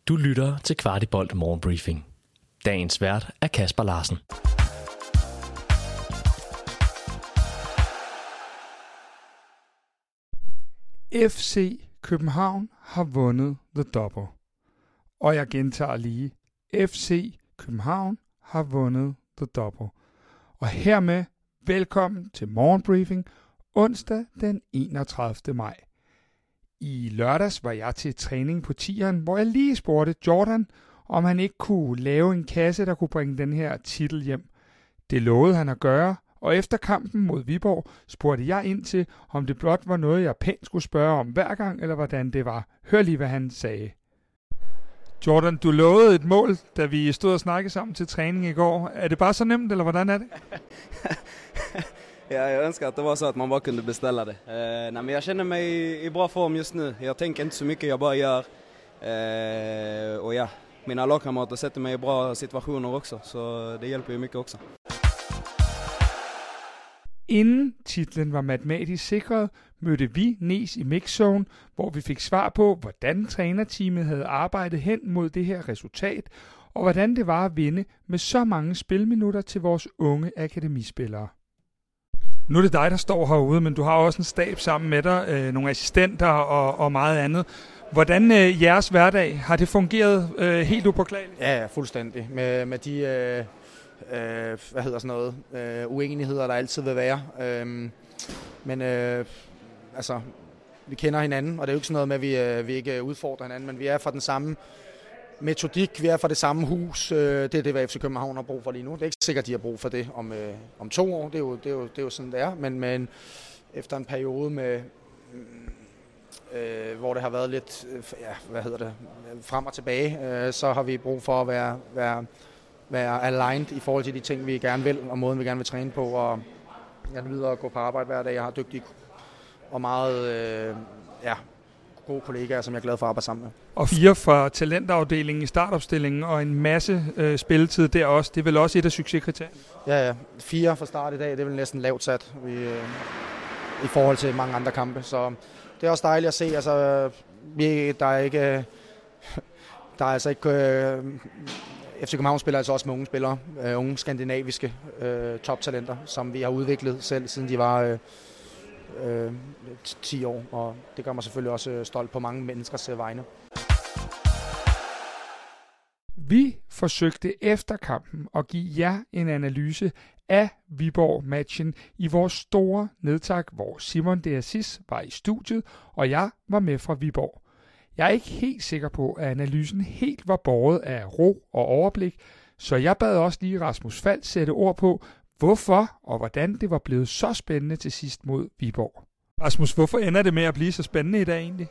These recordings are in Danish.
Du lytter til Kvartibolt Morgenbriefing. Dagens vært er Kasper Larsen. FC København har vundet The Double. Og jeg gentager lige. FC København har vundet The Double. Og hermed velkommen til Morgenbriefing onsdag den 31. maj. I lørdags var jeg til træning på Tieren, hvor jeg lige spurgte Jordan, om han ikke kunne lave en kasse, der kunne bringe den her titel hjem. Det lovede han at gøre, og efter kampen mod Viborg spurgte jeg ind til, om det blot var noget, jeg pænt skulle spørge om hver gang, eller hvordan det var. Hør lige, hvad han sagde. Jordan, du lovede et mål, da vi stod og snakkede sammen til træning i går. Er det bare så nemt, eller hvordan er det? Ja, jag önskar att det var så att man bara kunde beställa det. Nej, men jag känner mig i bra form just nu. Jag tänker inte så mycket, jag bara gör. Och ja, mina lagkamrater sätter mig i bra situationer också, så det hjälper ju mycket också. Inden titlen var matematisk sikret, mødte vi Nes i mixzone, hvor vi fik svar på, hvordan trænerteamet havde arbejdet hen mod det her resultat, og hvordan det var at vinde med så mange spilminutter til vores unge akademispillere. Nu er det dig, der står herude, men du har også en stab sammen med dig, nogle assistenter og meget andet. Hvordan jeres hverdag, har det fungeret helt upåklageligt? Ja, fuldstændig. Med de uenigheder, der altid vil være. Men vi kender hinanden, og det er jo ikke sådan noget med, at vi ikke udfordrer hinanden, men vi er fra den samme metodik, vi er fra det samme hus. Det er det, hvad FC København har brug for lige nu. Det er ikke sikkert, de har brug for det om 2 år. Det er jo sådan, det er. Men efter en periode med hvor det har været lidt frem og tilbage, så har vi brug for at være aligned i forhold til de ting, vi gerne vil, og måden, vi gerne vil træne på. Og jeg nyder at gå på arbejde hver dag. Jeg har dygtige og meget gode kollegaer, som jeg er glad for at arbejde sammen med. Og 4 fra talentafdelingen i startopstillingen, og en masse spilletid der også. Det er vel også et af succeskriterierne? Ja. 4 fra start i dag, det er vel næsten lavt sat i forhold til mange andre kampe. Så det er også dejligt at se. Altså, FC København spiller altså også med unge spillere, unge skandinaviske toptalenter, som vi har udviklet selv, siden de var 10 år, og det gør mig selvfølgelig også stolt på mange menneskers vegne. Vi forsøgte efter kampen at give jer en analyse af Viborg-matchen i vores store nedtag, hvor Simon De Assis var i studiet, og jeg var med fra Viborg. Jeg er ikke helt sikker på, at analysen helt var båret af ro og overblik, så jeg bad også lige Rasmus Falk sætte ord på, hvorfor og hvordan det var blevet så spændende til sidst mod Viborg. Rasmus, hvorfor ender det med at blive så spændende i dag egentlig?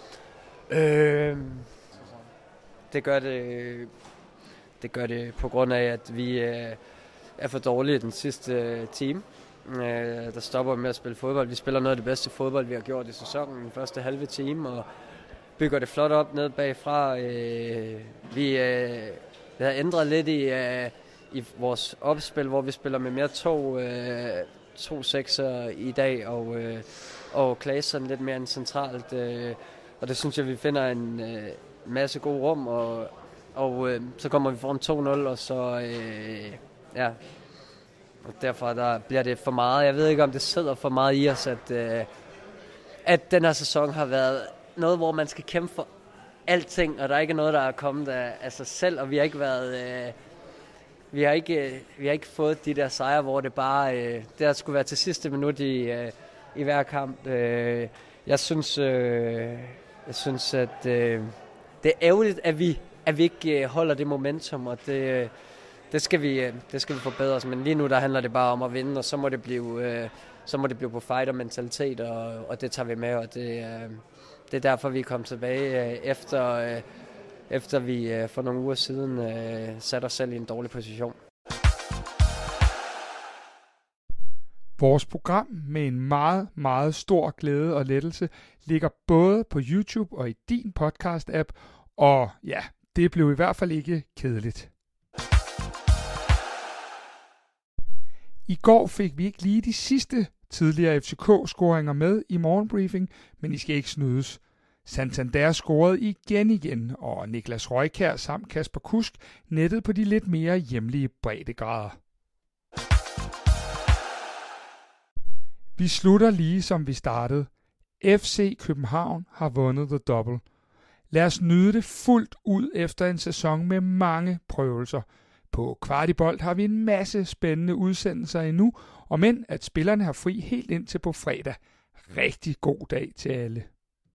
Det gør det på grund af, at vi er for dårlige den sidste time. Der stopper med at spille fodbold. Vi spiller noget af det bedste fodbold, vi har gjort i sæsonen, den første halve time, og bygger det flot op ned bagfra. Vi har ændret lidt i vores opspil, hvor vi spiller med mere to sekser i dag, og Claesson lidt mere centralt. Og det synes jeg, vi finder en masse gode rum, og så kommer vi foran 2-0, og så og derfor der bliver det for meget. Jeg ved ikke, om det sidder for meget i os, at den her sæson har været noget, hvor man skal kæmpe for alting, og der er ikke noget, der er kommet af sig selv, og vi har ikke været... Vi har ikke fået de der sejre, hvor det bare det skulle være til sidste minut i hver kamp. Jeg synes, at det er ærgerligt, at vi ikke holder det momentum, og det skal vi forbedre os. Men lige nu der handler det bare om at vinde, og så må det blive på fighter-mentalitet, og det tager vi med, og det er derfor, vi er kommet tilbage efter vi for nogle uger siden satte os selv i en dårlig position. Vores program med en meget, meget stor glæde og lettelse ligger både på YouTube og i din podcast-app, og ja, det blev i hvert fald ikke kedeligt. I går fik vi ikke lige de sidste tidligere FCK-scoringer med i morgenbriefing, men I skal ikke snydes. Santander scorede igen, og Niklas Røjkjær samt Kasper Kusk nettede på de lidt mere hjemlige breddegrader. Vi slutter lige som vi startede. FC København har vundet The Double. Lad os nyde det fuldt ud efter en sæson med mange prøvelser. På Kvartibold har vi en masse spændende udsendelser endnu, og men at spillerne har fri helt indtil på fredag. Rigtig god dag til alle.